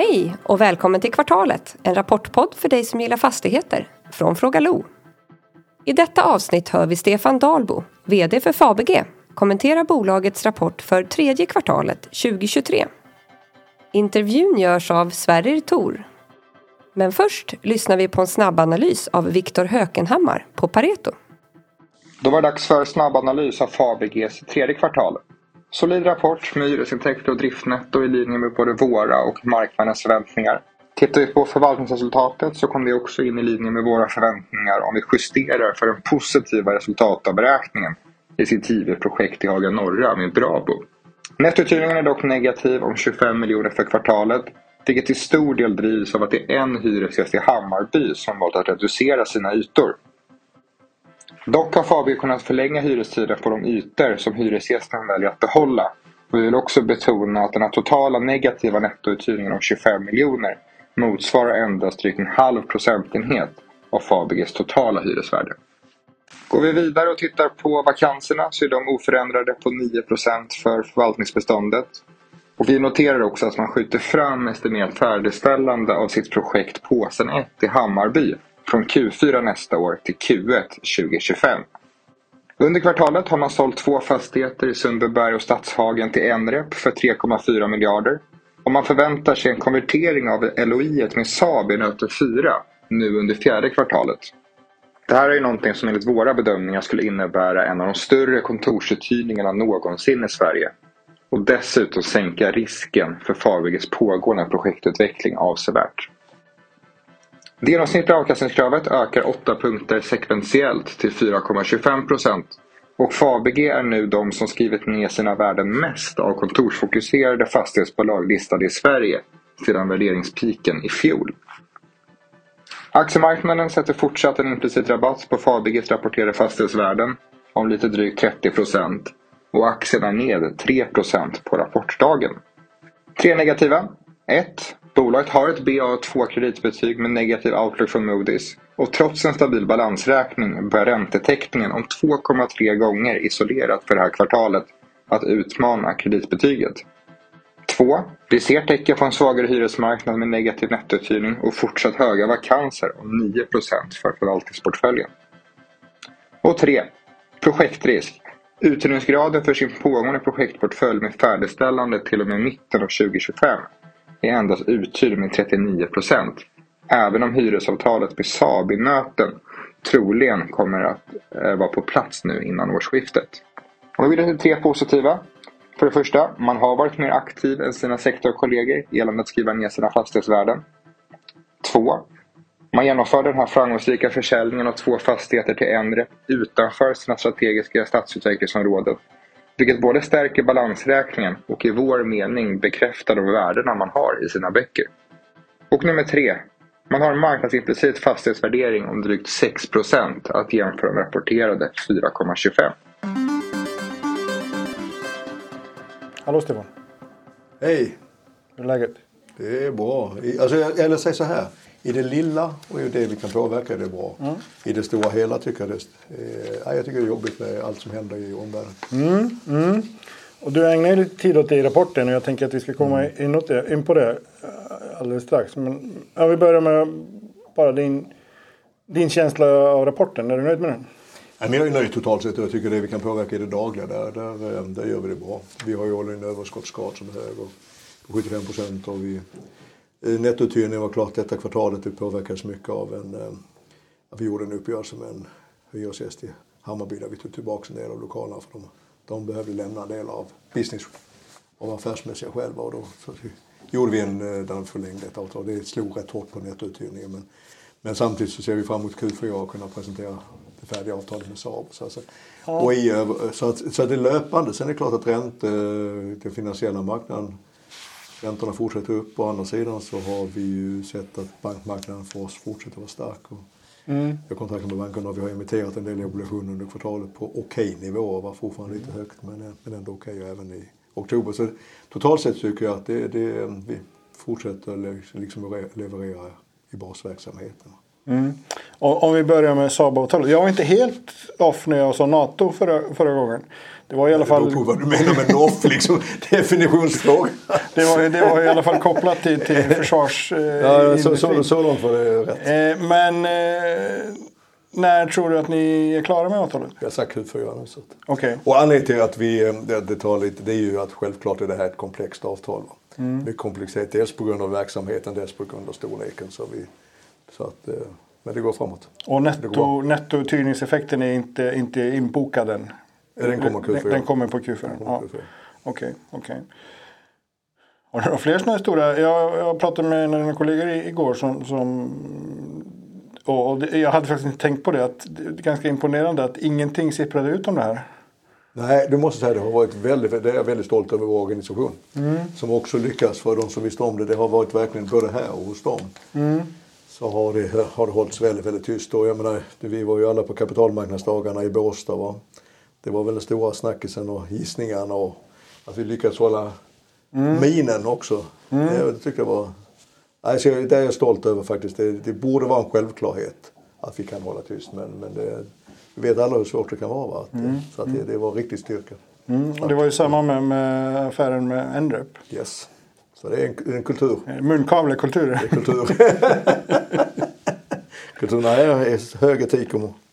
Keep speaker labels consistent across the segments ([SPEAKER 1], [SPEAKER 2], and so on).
[SPEAKER 1] Hej och välkommen till Kvartalet, en rapportpodd för dig som gillar fastigheter, från Fråga Lo. I detta avsnitt hör vi Stefan Dahlbo, vd för Fabege, kommentera bolagets rapport för tredje kvartalet 2023. Intervjun görs av Sverrir Thor. Men först lyssnar vi på en snabbanalys av Viktor Hökenhammar på Pareto.
[SPEAKER 2] Då var det dags för snabbanalys av Fabeges tredje kvartal. Solid rapport med hyresintäkter och driftnetto i linje med både våra och marknadens förväntningar. Tittar vi på förvaltningsresultatet så kom det också in i linje med våra förväntningar om vi justerar för den positiva resultatavberäkningen i sitt TV-projekt i Haga Norra med Brabo. Nettouthyrningen är dock negativ om 25 miljoner för kvartalet, vilket till stor del drivs av att det är en hyresgäst i Hammarby som valt att reducera sina ytor. Dock har Fabege kunnat förlänga hyrestiden på de ytor som hyresgästen väljer att behålla. Och vi vill också betona att den totala negativa nettouthyrningen om 25 miljoner motsvarar endast drygt en halv procentenhet av Fabeges totala hyresvärde. Går vi vidare och tittar på vakanserna så är de oförändrade på 9% för förvaltningsbeståndet. Och vi noterar också att man skjuter fram estimerat färdigställande av sitt projekt Påsen 1 i Hammarby från Q4 nästa år till Q1 2025. Under kvartalet har man sålt 2 fastigheter i Sundbyberg och Stadshagen till Enrep för 3,4 miljarder. Och man förväntar sig en konvertering av LOI-et med Saab i nöten 4 nu under fjärde kvartalet. Det här är ju någonting som enligt våra bedömningar skulle innebära en av de större kontorsuthyrningarna någonsin i Sverige. Och dessutom sänka risken för Fabeges pågående projektutveckling avsevärt. Det genomsnittliga avkastningskravet ökar 8 punkter sekventiellt till 4,25%. Och Fabege är nu de som skrivit ner sina värden mest av kontorsfokuserade fastighetsbolag listade i Sverige sedan värderingspiken i fjol. Aktiemarknaden sätter fortsatt en implicit rabatt på Fabeges rapporterade fastighetsvärden om lite drygt 30%. Och aktien är ned 3% på rapportdagen. 3 negativa. 1. Bolaget har ett BA2 kreditbetyg med negativ outlook från Moody's. Och trots en stabil balansräkning bör räntetäckningen om 2,3 gånger isolerat för det här kvartalet att utmana kreditbetyget. 2. Vi ser tecken på en svagare hyresmarknad med negativ nettouthyrning och fortsatt höga vakanser om 9% för förvaltningsportföljen. Och 3. Projektrisk. Uthyrningsgraden för sin pågående projektportfölj med färdigställande till och med mitten av 2025 är endast uthyrd med 39%. Även om hyresavtalet med Saab i nöten troligen kommer att vara på plats nu innan årsskiftet. Och vi vill till 3 positiva. För det första, man har varit mer aktiv än sina sektorkollegor gällande att skriva ner sina fastighetsvärden. 2. Man genomför den här framgångsrika försäljningen av 2 fastigheter till Enrep utanför sina strategiska stadsutvecklingsområden. Vilket både stärker balansräkningen och i vår mening bekräftar de värdena man har i sina böcker. Och nummer 3. Man har en marknadsimplicit fastighetsvärdering om drygt 6% att jämföra med rapporterade 4,25.
[SPEAKER 3] Hallå Stefan.
[SPEAKER 4] Hej.
[SPEAKER 3] Hur är läget?
[SPEAKER 4] Det är bra. Eller säg så här. I det lilla och i det vi kan påverka är det bra. I det stora hela tycker jag jag tycker det är jobbigt med allt som händer i omvärlden.
[SPEAKER 3] Och du ägnar lite tid åt det i rapporten och jag tänker att vi ska komma in på det alldeles strax. Men vi börjar med bara din känsla av rapporten. Är du nöjd med den?
[SPEAKER 4] Jag är nöjd totalt sett och jag tycker det vi kan påverka i det dagliga där gör vi det bra. Vi har ju hållit en överskottsgrad som är hög på 75% och nettouthyrningen var klart detta kvartalet. Det påverkas mycket av att vi gjorde en uppgörelse med en hyresgäst i Hammarby där vi tog tillbaka en del av lokalerna för de behövde lämna en del av business och affärsmässiga själva och då så gjorde vi där vi förlängde ett avtal. Det slog rätt hårt på nettouthyrningen men samtidigt så ser vi fram emot Q4 och kunna presentera det färdiga avtalet med Saab. Så det är löpande. Sen är det klart att den finansiella marknaden, räntorna fortsätter upp. På andra sidan så har vi ju sett att bankmarknaden för oss fortsätter vara stark. Jag kontaktar med bankerna och vi har emitterat en del obligationer under kvartalet på okej nivå. Var fortfarande lite högt men ändå okej även i oktober. Så totalt sett tycker jag att vi fortsätter liksom leverera i basverksamheten.
[SPEAKER 3] Och om vi börjar med Saab-avtalet. Jag var inte helt off när jag sa NATO förra gången. Det var i alla fall...
[SPEAKER 4] Det beror på vad du menar med off, liksom. Definitionsfråga.
[SPEAKER 3] det var i alla fall kopplat till försvars...
[SPEAKER 4] så långt var det rätt.
[SPEAKER 3] Men när tror du att ni är klara med avtalet?
[SPEAKER 4] Jag har sagt Q4 nu.
[SPEAKER 3] Okay.
[SPEAKER 4] Och anledningen till att det tar lite, det är ju att självklart är det här ett komplext avtal. Med komplexitet, dels på grund av verksamheten, dels på grund av storleken. Men det går framåt.
[SPEAKER 3] Och nettouthyrningseffekten är inte inbokad än?
[SPEAKER 4] Den kommer Q4.
[SPEAKER 3] Den kommer på Q4. Ja. Okej. Och det var fler sådana här stora. Jag pratade med några kollegor igår jag hade faktiskt inte tänkt på det. Att det är ganska imponerande att ingenting sipprade ut om det här.
[SPEAKER 4] Nej, du måste säga det har varit det är jag väldigt stolt över vår organisation. Som också lyckas för de som visste om det. Det har varit verkligen både här och hos dem. Så har det hållits väldigt, väldigt tyst. Och jag menar, vi var ju alla på kapitalmarknadsdagarna i Båstad, va? Det var väl den stora snackisen och gissningarna och att vi lyckades hålla minen också. Det tycker jag var... Alltså, det är jag stolt över faktiskt. Det borde vara en självklarhet att vi kan hålla tyst. Men vi vet alla hur svårt det kan vara. Så att det var riktigt styrka.
[SPEAKER 3] Och det var ju samma med affären med Enrep.
[SPEAKER 4] Yes. Så det är en kultur.
[SPEAKER 3] Munkavlekultur.
[SPEAKER 4] Det är kultur. Kulturen är hög etik.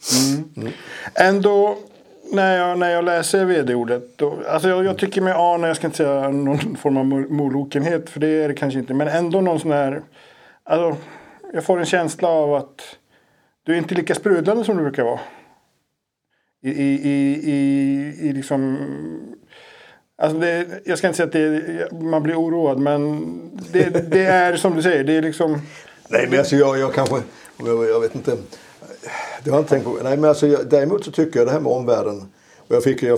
[SPEAKER 3] Ändå när jag läser vd-ordet. Alltså jag tycker mig ana, jag ska inte säga någon form av molokenhet. För det är det kanske inte. Men ändå någon sån här... Alltså, jag får en känsla av att du är inte lika sprudlande som du brukar vara. I liksom... Alltså jag ska inte säga att man blir oroad, men det är som du säger, det är liksom...
[SPEAKER 4] Nej, men alltså jag kanske, jag vet inte, det har jag inte tänkt på. Nej, men alltså däremot så tycker jag det här med omvärlden, och jag fick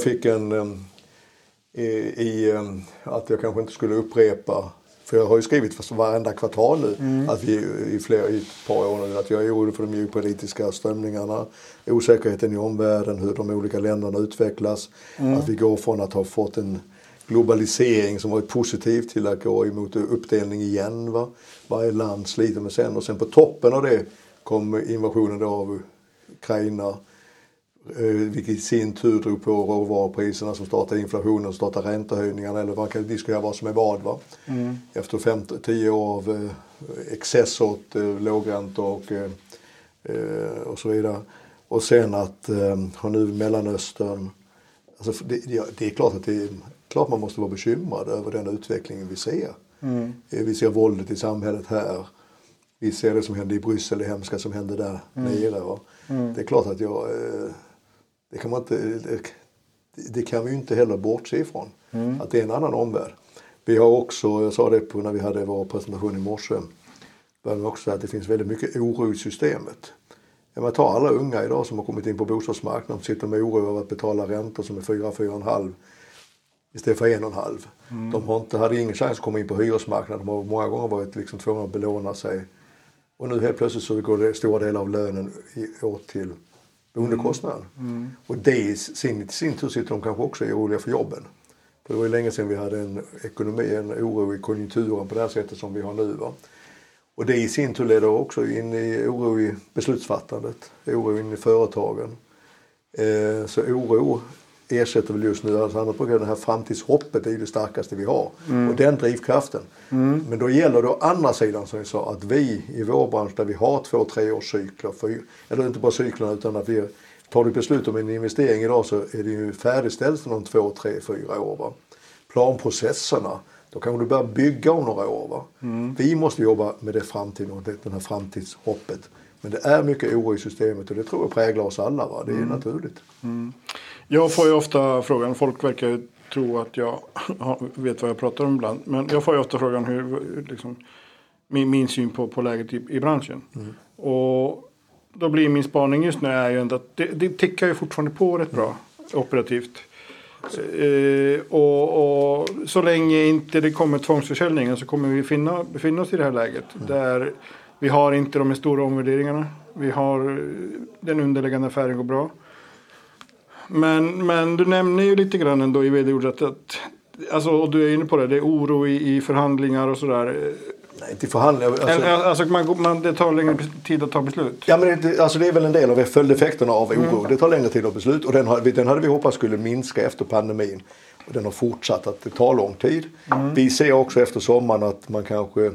[SPEAKER 4] att jag kanske inte skulle upprepa, för jag har ju skrivit för varenda kvartal nu, att vi i ett par år nu, att jag är orolig för de geopolitiska strömningarna, osäkerheten i omvärlden, hur de olika länderna utvecklas, att vi går från att ha fått en globalisering som varit positiv till att gå emot uppdelning igen. Va? Varje land sliter med sen, och sen på toppen av det kom invasionen av Ukraina, vilket i sin tur drog på råvarupriserna som startade inflationen, startade räntehöjningarna, eller vad kan vi diskutera vad som är vad. Va? Efter 5-10 år av excess åt lågräntor och så vidare. Och sen att har nu Mellanöstern, alltså det är klart att man måste vara bekymrad över den utvecklingen vi ser. Vi ser våldet i samhället här. Vi ser det som händer i Bryssel, det hemska som händer där nere. Va? Det är klart att det kan vi ju inte heller bortse ifrån. Att det är en annan omvärld. Vi har också, jag sa det när vi hade vår presentation i morse, började vi också säga att det finns väldigt mycket oro i systemet. Man tar alla unga idag som har kommit in på bostadsmarknaden, sitter med oro över att betala räntor som är 4,5 istället för 1,5. De hade ingen chans att komma in på hyresmarknaden. De har många gånger varit liksom tvungna att belåna sig. Och nu helt plötsligt så går det stora delar av lönen åt till boendekostnaden. Och det i sin tur sitter de kanske också oroliga för jobben. För det var ju länge sedan vi hade en oro i konjunkturen på det här sättet som vi har nu. Va? Och det i sin tur leder också in i oro i beslutsfattandet, oro in i företagen. Så oro ersätter väl just nu, alltså annat på det här framtidshoppet är ju det starkaste vi har. Och den drivkraften. Men då gäller det å andra sidan, som jag sa, att vi i vår bransch där vi har 2-3 års cykler, eller inte bara cyklerna, utan att vi tar du beslut om en investering idag så är det ju färdigställt om 2, 3, 4 år. Va? Planprocesserna, då kan du börja bygga om några år. Va? Vi måste jobba med det framtiden och det här framtidshoppet. Men det är mycket oro i systemet och det tror jag präglar oss alla. Va? Det är naturligt.
[SPEAKER 3] Jag får ju ofta frågan, folk verkar ju tro att jag vet vad jag pratar om ibland. Men jag får ju ofta frågan hur, liksom, min syn på läget i branschen. Och då blir min spaning just nu är ju ändå att det tickar ju fortfarande på rätt bra operativt. Och så länge inte det kommer tvångsförsäljningen så kommer vi befinna oss i det här läget. Där vi har inte de stora omvärderingarna. Vi har den underliggande affären går bra. Men du nämner ju lite grann ändå i vd-ordet att alltså, och du är inne på det är oro i förhandlingar och sådär.
[SPEAKER 4] Nej, inte förhandlingar.
[SPEAKER 3] Alltså det tar längre tid att ta beslut.
[SPEAKER 4] Ja, men det är väl en del av följdeffekterna av oro. Det tar längre tid att beslut och den hade vi hoppats skulle minska efter pandemin. Och den har fortsatt att det tar lång tid. Vi ser också efter sommaren att man kanske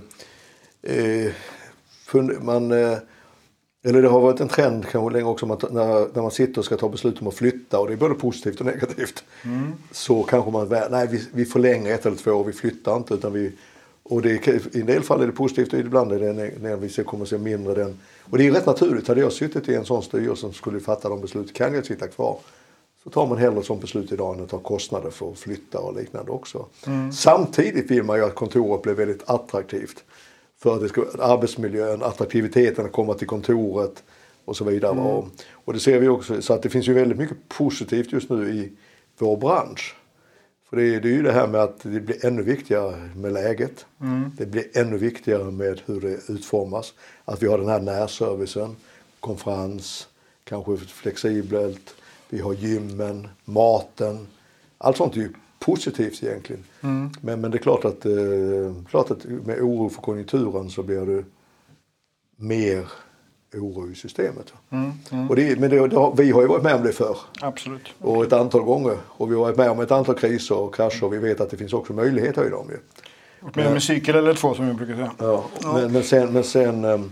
[SPEAKER 4] eller det har varit en trend kanske länge också när man sitter och ska ta beslut om att flytta och det är både positivt och negativt. Så kanske man vi förlänger 1 eller 2 år, vi flyttar inte utan och i en del fall är det positivt och ibland är det när vi kommer att se mindre den. Och det är rätt naturligt. Hade jag suttit i en sån styrelse som skulle fatta de beslut, kan jag sitta kvar? Så tar man hellre som beslut idag än att ta kostnader för att flytta och liknande också. Samtidigt vill man ju att kontoret blir väldigt attraktivt. För att det ska arbetsmiljön, attraktiviteten att komma till kontoret och så vidare. Och det ser vi också, så att det finns ju väldigt mycket positivt just nu i vår bransch. För det är ju det här med att det blir ännu viktigare med läget. Det blir ännu viktigare med hur det utformas. Att vi har den här närservicen, konferens, kanske flexibelt. Vi har gymmen, maten. Allt sånt är ju positivt egentligen. Men det är klart att med oro för konjunkturen så blir det mer oro i systemet. Vi har ju varit med om det förr.
[SPEAKER 3] Absolut.
[SPEAKER 4] Och ett antal gånger. Och vi har varit med om ett antal kriser och krascher. Och vi vet att det finns också möjligheter i dem.
[SPEAKER 3] Med en cykel eller 2 som vi brukar säga.
[SPEAKER 4] Ja. Men sen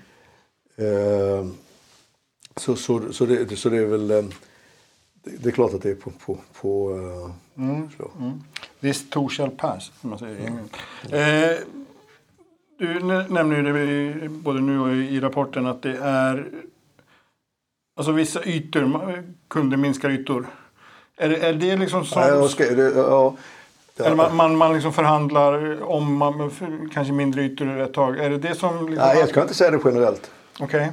[SPEAKER 4] så det är väl... Det är klart att det är på
[SPEAKER 3] This too shall pass, som man säger. Du nämner ju det både nu och i rapporten att det är alltså vissa ytor, kunder minskar ytor. Är det liksom så? Eller man liksom förhandlar om kanske mindre ytor ett tag. Är det som liksom...
[SPEAKER 4] Nej, jag kan inte säga det generellt.
[SPEAKER 3] Okej.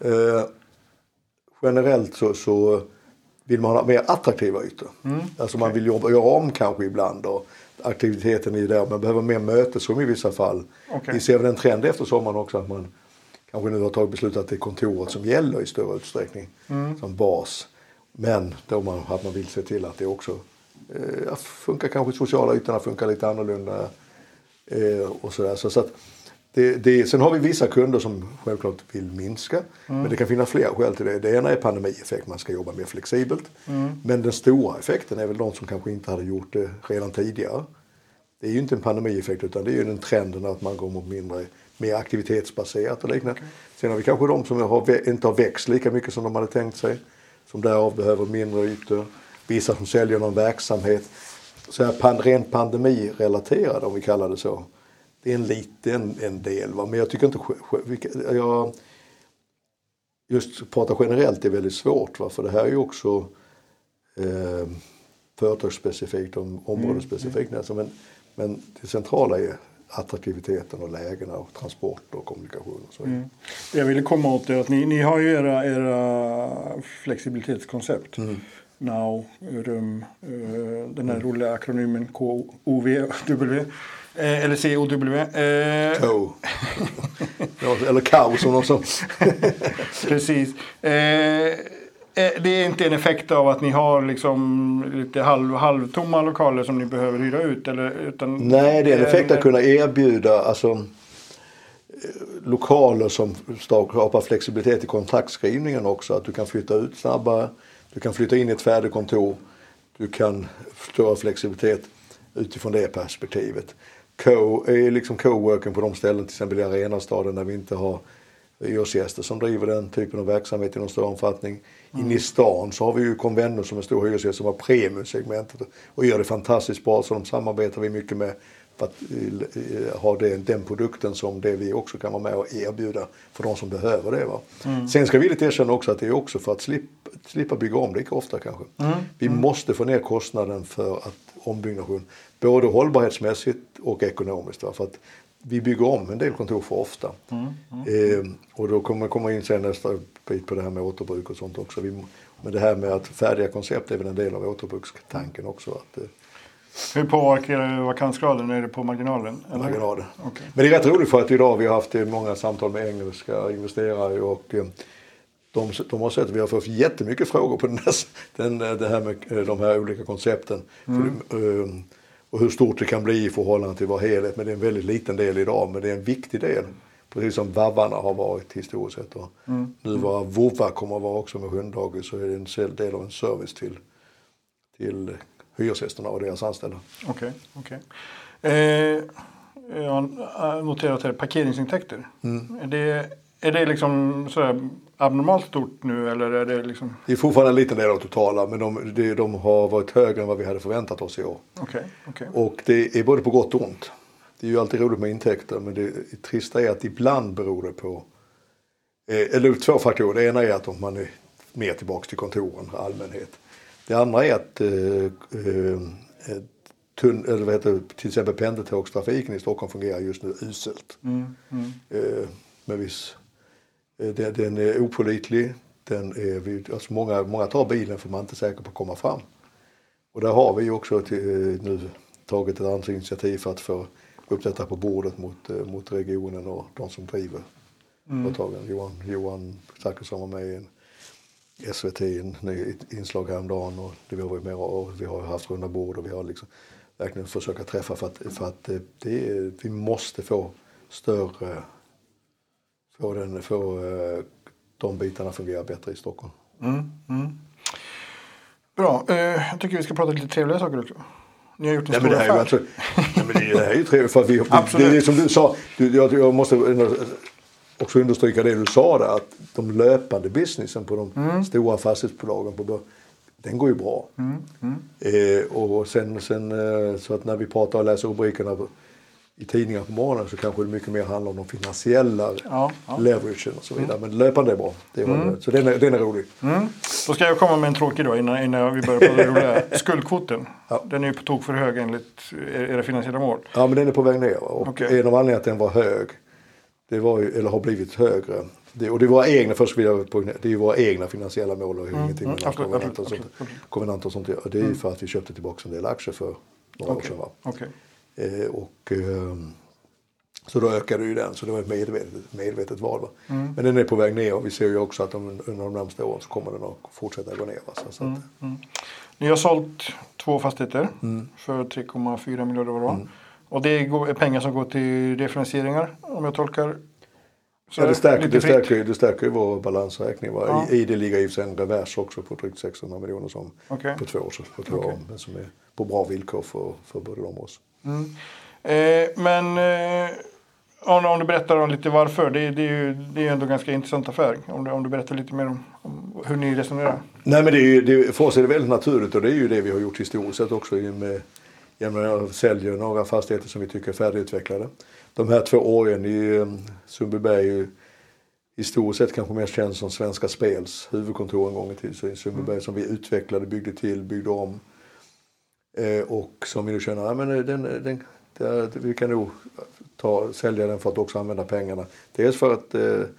[SPEAKER 4] Generellt så vill man ha mer attraktiva ytor. Alltså man vill göra om kanske ibland och aktiviteten är där. Man behöver mer mötesrum i vissa fall. Vi ser väl en trend efter sommaren också att man kanske nu har tagit beslut att det är kontoret som gäller i större utsträckning som bas. Men då att man vill se till att det också funkar, kanske sociala ytorna funkar lite annorlunda och sådär. Så att sen har vi vissa kunder som självklart vill minska. Men det kan finnas flera skäl till det. Det ena är pandemieffekt, man ska jobba mer flexibelt. Men den stora effekten är väl de som kanske inte hade gjort det redan tidigare. Det är ju inte en pandemieffekt utan det är ju den trenden att man går mot mer aktivitetsbaserat och liknande. Sen har vi kanske de som inte har växt lika mycket som de hade tänkt sig. Som därav behöver mindre ytor. Vissa som säljer någon verksamhet. Så här rent pandemirelaterad om vi kallar det så. Det är en liten del. Va? Men jag tycker inte... Just prata generellt är väldigt svårt. Va? För det här är ju också företagsspecifikt och områdesspecifikt. Alltså, men det centrala är attraktiviteten och lägena och transport och kommunikation. Och så.
[SPEAKER 3] Jag ville komma åt det att ni har ju era flexibilitetskoncept. Now, rum, den här roliga akronymen KOVW. Eller COW.
[SPEAKER 4] Eller kaos som någon
[SPEAKER 3] Precis. Det är inte en effekt av att ni har liksom lite halvtomma lokaler som ni behöver hyra ut? Utan
[SPEAKER 4] nej, det är en effekt att kunna erbjuda lokaler som skapar flexibilitet i kontraktskrivningen också. Att du kan flytta ut snabbare, du kan flytta in i ett färdigt kontor, du kan större flexibilitet utifrån det perspektivet. Är liksom coworking på de ställen, till exempel i Arenastaden där vi inte har hyresgäster som driver den typen av verksamhet i någon större omfattning. Inne i stan så har vi ju Convendum som är stor hyresgäst som har premiumsegmentet och gör det fantastiskt bra, så de samarbetar vi mycket med för att ha den produkten som det vi också kan vara med och erbjuda för de som behöver det. Va? Sen ska vi lite erkänna också att det är också för att slippa bygga om lika ofta kanske. Vi måste få ner kostnaden för att ombyggnation, både hållbarhetsmässigt och ekonomiskt. Va? För att vi bygger om en del kontor för ofta. Och då kommer man komma in sen nästa bit på det här med återbruk och sånt också. Men det här med att färdiga koncept är väl en del av återbrukstanken också. Att,
[SPEAKER 3] hur påverkar vakansgraden? Är det på marginalen? Eller?
[SPEAKER 4] Marginalen. Okay. Men det är rätt roligt för att idag vi har haft många samtal med engelska investerare och de har sett att vi har fått jättemycket frågor på det här med de här olika koncepten. och hur stort det kan bli i förhållande till vår helhet. Men det är en väldigt liten del idag, men det är en viktig del. Precis som vabbarna har varit historiskt sett. Nu våra vovvar kommer att vara också med hunddagis, så är det en del av en service till hyresgästerna och deras anställda.
[SPEAKER 3] Okej. Jag har noterat här parkeringsintäkter. Är det liksom sådär abnormalt stort nu, eller är det liksom?
[SPEAKER 4] Det är fortfarande en liten del av totala, men de har varit högre än vad vi hade förväntat oss i år.
[SPEAKER 3] Okej.
[SPEAKER 4] Och det är både på gott och ont. Det är ju alltid roligt med intäkter, men det trista är att ibland beror det på eller 2 faktorer. Det ena är att man är mer tillbaka till kontoren, allmänhet. Det andra är att till exempel pendeltågstrafiken i Stockholm fungerar just nu uselt. Med viss, den är opålitlig. Alltså många tar bilen för man inte är säker på att komma fram. Och där har vi också nu tagit ett annat initiativ för att få upp detta på bordet mot regionen och de som driver företagen. Johan Zachrisson var med i en SVT, en ny inslag häromdagen, och det var med, och vi har haft runda bord och vi har liksom verkligen försöka träffa för att vi måste få större, få de bitarna fungera bättre i Stockholm.
[SPEAKER 3] Bra, jag tycker vi ska prata lite trevliga saker också. Ni har gjort en stor affär.
[SPEAKER 4] Det här är ju trevligt för att det är som du sa, jag måste också understryka det du sa där, att de löpande businessen på de stora fastighetsbolagen den går ju bra. Och sen så att när vi pratar och läser rubrikerna i tidningar på morgonen, så kanske det mycket mer handlar om de finansiella leveragen och så vidare. Men löpande är bra. Så den är rolig.
[SPEAKER 3] Då ska jag komma med en tråkig då innan vi börjar på det roliga. Skuldkvoten. Ja. Den är ju på tok för hög enligt era finansiella mål.
[SPEAKER 4] Ja, men den är på väg ner. Och en av anledningarna att den var hög, det var ju, eller har blivit högre. Det är våra egna, det är våra egna finansiella mål och ingenting med konvenant och sånt. Det är ju för att vi köpte tillbaka en del aktier för några år sedan. Så då ökade ju den, så det var ett medvetet val. Men den är på väg ner, och vi ser ju också att under de närmaste åren så kommer den att fortsätta gå ner.
[SPEAKER 3] Ni har sålt 2 fastigheter för 3,4 miljarder var. Och det är pengar som går till refinansieringar, om jag tolkar. Så
[SPEAKER 4] det stärker ju vår balansräkning. I det ligger ju en revers också på drygt 600 miljoner som på 2 år, men som är på bra villkor för både de och oss.
[SPEAKER 3] Men om du berättar om lite varför, det är ju ändå en ganska intressant affär. Om du berättar lite mer om hur ni resonerar.
[SPEAKER 4] Nej, men för oss är det väldigt naturligt, och det är ju det vi har gjort historiskt sett också genom att sälja några fastigheter som vi tycker är färdigutvecklade. De här 2 åren i Sundbyberg är ju historiskt sett kanske mer känns som Svenska Spels huvudkontor en gång i tiden. Så i Sundbyberg som vi utvecklade, byggde om. Och som vi nu känner, vi kan nog sälja den för att också använda pengarna. Dels för att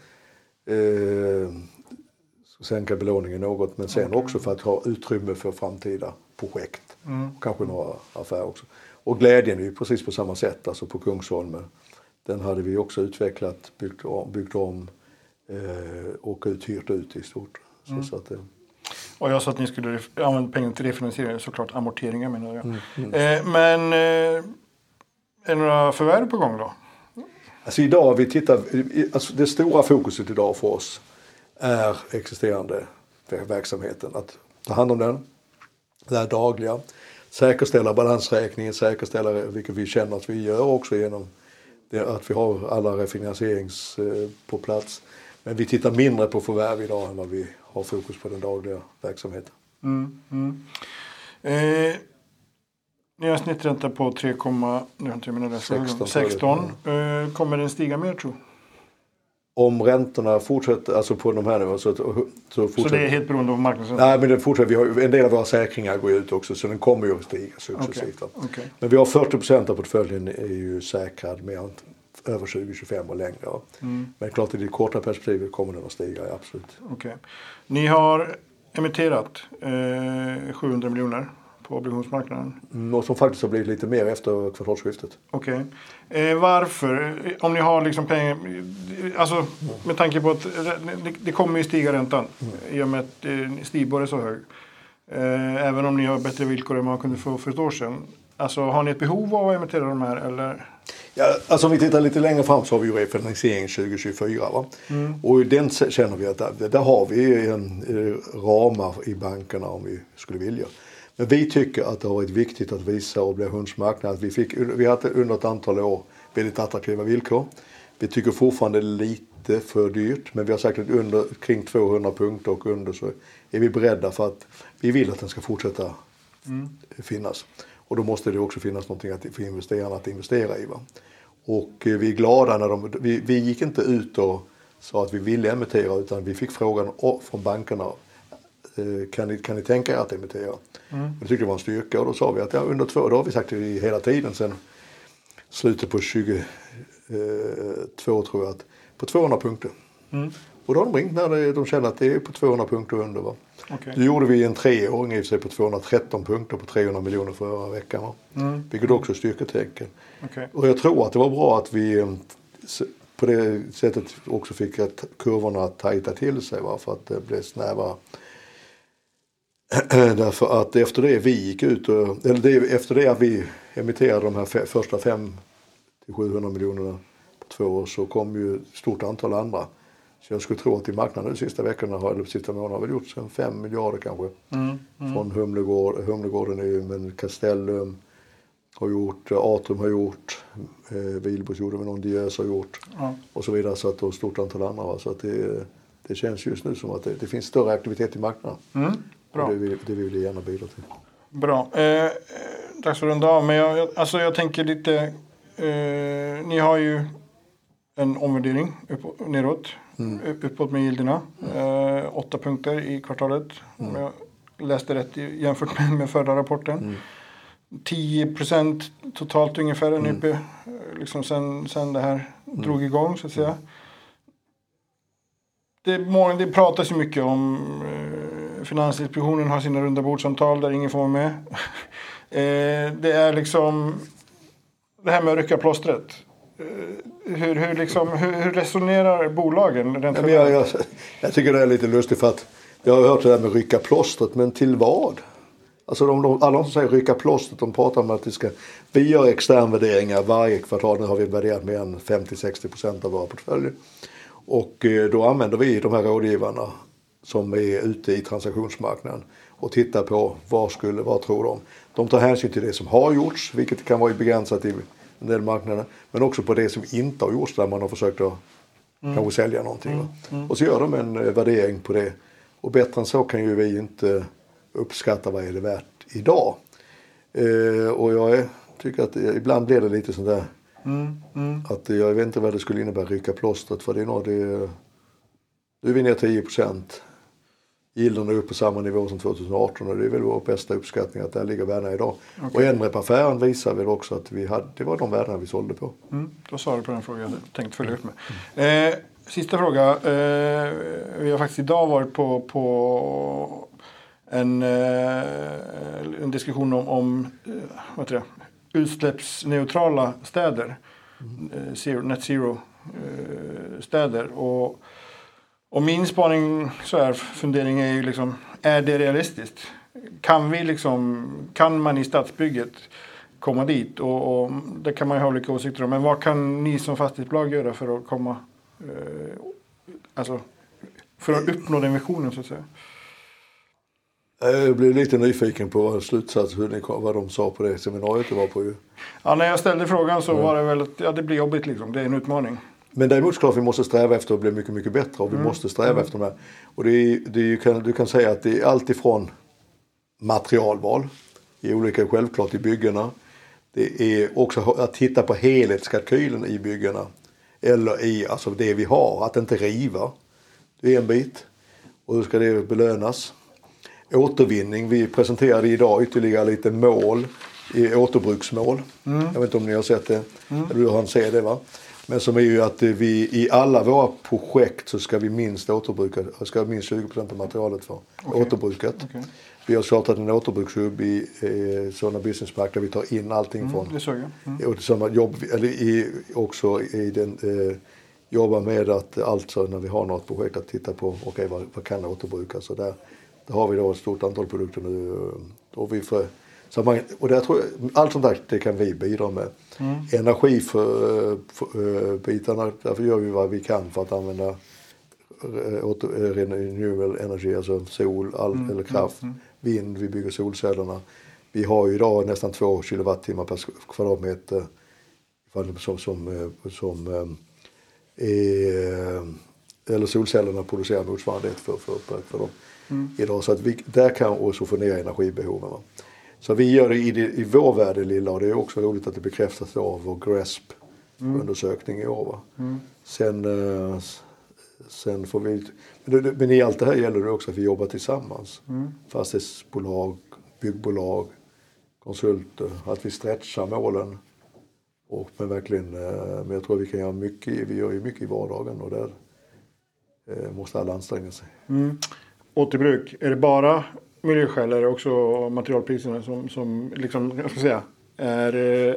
[SPEAKER 4] sänka belåningen något, men sen också för att ha utrymme för framtida projekt. Och kanske några affärer också. Och glädjen är ju precis på samma sätt, alltså på Kungsholmen. Den hade vi också utvecklat, byggt om och hyrt ut i stort. Så att,
[SPEAKER 3] och jag sa att ni skulle använda pengar till refinansiering, såklart amorteringar menar jag. Men är det några förvärv på gång då?
[SPEAKER 4] Alltså idag det stora fokuset idag för oss är existerande verksamheten. Att ta hand om den, det här dagliga, säkerställa balansräkningen, säkerställa vilket vi känner att vi gör också genom att vi har alla refinanserings på plats. Men vi tittar mindre på förvärv idag än vad vi har fokus på den dagliga verksamheten.
[SPEAKER 3] Ni har snittränta på 3,16. Kommer den stiga mer, tror du?
[SPEAKER 4] Om räntorna fortsätter, alltså på de här nu, så
[SPEAKER 3] det är helt beroende av marknaden?
[SPEAKER 4] Nej, men den fortsätter. En del av våra säkringar går ut också, så den kommer ju att stiga successivt.
[SPEAKER 3] Okay.
[SPEAKER 4] Men vi har 40% av portföljen är ju säkrad med över 20-25 och längre. Men klart i det korta perspektivet kommer den att stiga, absolut.
[SPEAKER 3] Okay. Ni har emitterat 700 miljoner på obligationsmarknaden.
[SPEAKER 4] Och som faktiskt har blivit lite mer efter kvartalsskiftet.
[SPEAKER 3] Okej. Varför? Om ni har liksom pengar, alltså med tanke på att det kommer ju stiga räntan i och med att Stibor är så hög. Även om ni har bättre villkor än man kunde få för ett år sedan. Alltså har ni ett behov av att emittera de här eller?
[SPEAKER 4] Ja, alltså om vi tittar lite längre fram så har vi ju refinansiering 2024. Va? Och i den känner vi att där har vi en ramar i bankerna om vi skulle vilja. Men vi tycker att det har varit viktigt att visa obligationsmarknaden att vi hade under ett antal år väldigt attraktiva villkor. Vi tycker fortfarande lite för dyrt, men vi har sagt att under kring 200 punkter och under så är vi beredda för att vi vill att den ska fortsätta finnas. Och då måste det också finnas någonting för investerarna att investera i. Va? Och vi är glada när vi gick inte ut och sa att vi ville emittera, utan vi fick frågan från bankerna, kan ni tänka er att emittera? Det tyckte det var en styrka och då sa vi att under 2 år, då har vi sagt det hela tiden sedan slutet på 22 tror jag, att på 200 punkter. Och då har de ringt när de känner att det är på 200 punkter under. Va? Okay. Då gjorde vi en 3-åring i sig på 213 punkter på 300 miljoner förra veckan. Va? Vilket också styrketecken. Okay. Och jag tror att det var bra att vi på det sättet också fick kurvorna att tajta till sig. Va? För att det blev snävare. Därför att efter det vi gick ut efter det att vi emitterade de här första 500-700 miljonerna på 2 år så kom ju ett stort antal andra. Så jag skulle tro att i marknaden de sista veckorna eller sista månaderna har vi gjort 5 miljarder kanske. Från Humlegården är men Castellum har gjort, Atrium har gjort, Vilbos gjorde, någon Diös har gjort och så vidare, så att det är ett stort antal andra. Va? Så att det känns just nu som att det finns större aktivitet i marknaden. Bra. Och det vill vi gärna bidra till.
[SPEAKER 3] Bra. Dags för att runda av. Men jag tänker lite, ni har ju en omvärdering neråt. Uppåt med gilderna. 8 punkter i kvartalet. Om jag läste rätt jämfört med förra rapporten. 10% totalt ungefär en uppe. Liksom sen det här drog igång så att säga. Det pratas ju mycket om Finansinspektionen har sina rundabordssamtal där ingen får vara med. Det är liksom det här med att rycka plåstret. Hur resonerar bolagen?
[SPEAKER 4] Jag tycker det är lite lustigt för att jag har hört det där med rycka plåstret, men till vad? Alltså alla som säger rycka plåstret, de pratar om att vi gör externvärderingar varje kvartal. Nu har vi värderat mer än 50-60% av våra portföljer. Och då använder vi de här rådgivarna som är ute i transaktionsmarknaden och tittar på vad tror de. De tar hänsyn till det som har gjorts, vilket kan vara begränsat i en del marknader, men också på det som inte har gjorts där man har försökt att kanske sälja någonting. Och så gör de en värdering på det. Och bättre än så kan ju vi inte uppskatta vad är det värt idag. Och jag tycker att ibland blir det lite sånt där att jag vet inte vad det skulle innebära rycka plåstret, för det är nog nu är vi ner 10%. Gilderna är upp på samma nivå som 2018 och det är väl vår bästa uppskattning att där ligger värdena idag. Okay. Och NREP-affären visar väl också att det var de värdena vi sålde på.
[SPEAKER 3] Då svarade du på den frågan jag tänkte följa upp med. Sista fråga. Vi har faktiskt idag varit på en diskussion om utsläppsneutrala städer. Net zero städer. Och min spaning fundering är ju liksom, är det realistiskt? Kan man i stadsbygget komma dit? Och det kan man ju ha olika åsikter om. Men vad kan ni som fastighetsbolag göra för att komma, för att uppnå den visionen så att säga?
[SPEAKER 4] Jag blev lite nyfiken på slutsats vad de sa på det seminariet det var på ju.
[SPEAKER 3] Ja, när jag ställde frågan så var det väl att det blir jobbigt liksom. Det är en utmaning.
[SPEAKER 4] Men däremot klart vi måste sträva efter att bli mycket, mycket bättre. Och vi måste sträva efter de här. Och du kan säga att det är allt ifrån materialval. Det är olika självklart i byggena. Det är också att titta på helhetskalkylen i byggena. Eller i det vi har. Att inte riva. Det är en bit. Och då ska det belönas. Återvinning. Vi presenterade idag ytterligare lite mål. Återbruksmål. Jag vet inte om ni har sett det. Eller du har sett det, va? Men som är ju att vi i alla våra projekt så ska vi minst återbruka, ska minst 20% av materialet vara återbrukat. Okay. Vi har startat en återbrukshub i sådana businesspark där vi tar in allting från. Det såg jag. Och samma jobb, också i den, jobba med att alltså när vi har något projekt att titta på vad kan återbrukas. Så där har vi då ett stort antal produkter nu. Och vi Så man, och det tror jag, allt sånt där det kan vi bidra med. Energi för bitarna, därför gör vi vad vi kan för att använda renewable energy, alltså sol, eller kraft, vind, vi bygger solcellerna. Vi har ju idag nästan 2 kilowattimmar per kvadratmeter eller solcellerna producerar motsvarande för dem idag. Så att vi där kan också få ner energibehoven. Så vi gör det i vår värld lilla, och det är också roligt att det bekräftas av vår GRESP-undersökning i år. Sen får vi, men i allt det här gäller det också att vi jobbar tillsammans. Fastighetsbolag, byggbolag, konsulter, att vi stretchar målen. Men verkligen, men jag tror att vi kan göra mycket, vi gör ju mycket i vardagen, och där måste alla anstränga sig.
[SPEAKER 3] Återbruk, är det bara miljöskäl eller är det också materialpriserna som liksom, jag ska säga, är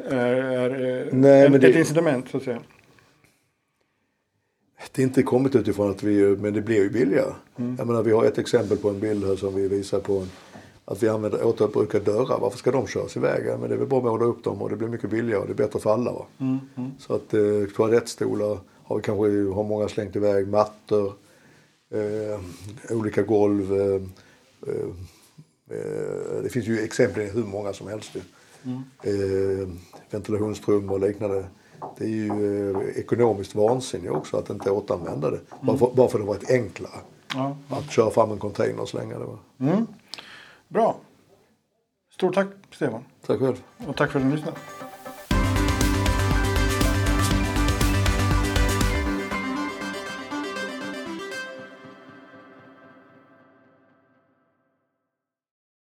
[SPEAKER 3] ett incitament så att säga?
[SPEAKER 4] Det är inte kommit utifrån att men det blir ju billigare. Jag menar, vi har ett exempel på en bild här som vi visar på att vi använder återbrukade dörrar. Varför ska de köras iväg? Men det är väl bara att måla upp dem, och det blir mycket billigare och det är bättre för alla. Va? Så att toalettstolar har vi kanske många slängt iväg, mattor, olika golv. Det finns ju exempel hur många som helst. Ventilationstrummen och liknande. Det är ju ekonomiskt vansinne också att inte återanvända det. Bara för det var ett enklare. Att köra fram en container och slänga det.
[SPEAKER 3] Bra. Stort tack, Stefan.
[SPEAKER 4] Tack själv.
[SPEAKER 3] Och tack för att du lyssnade.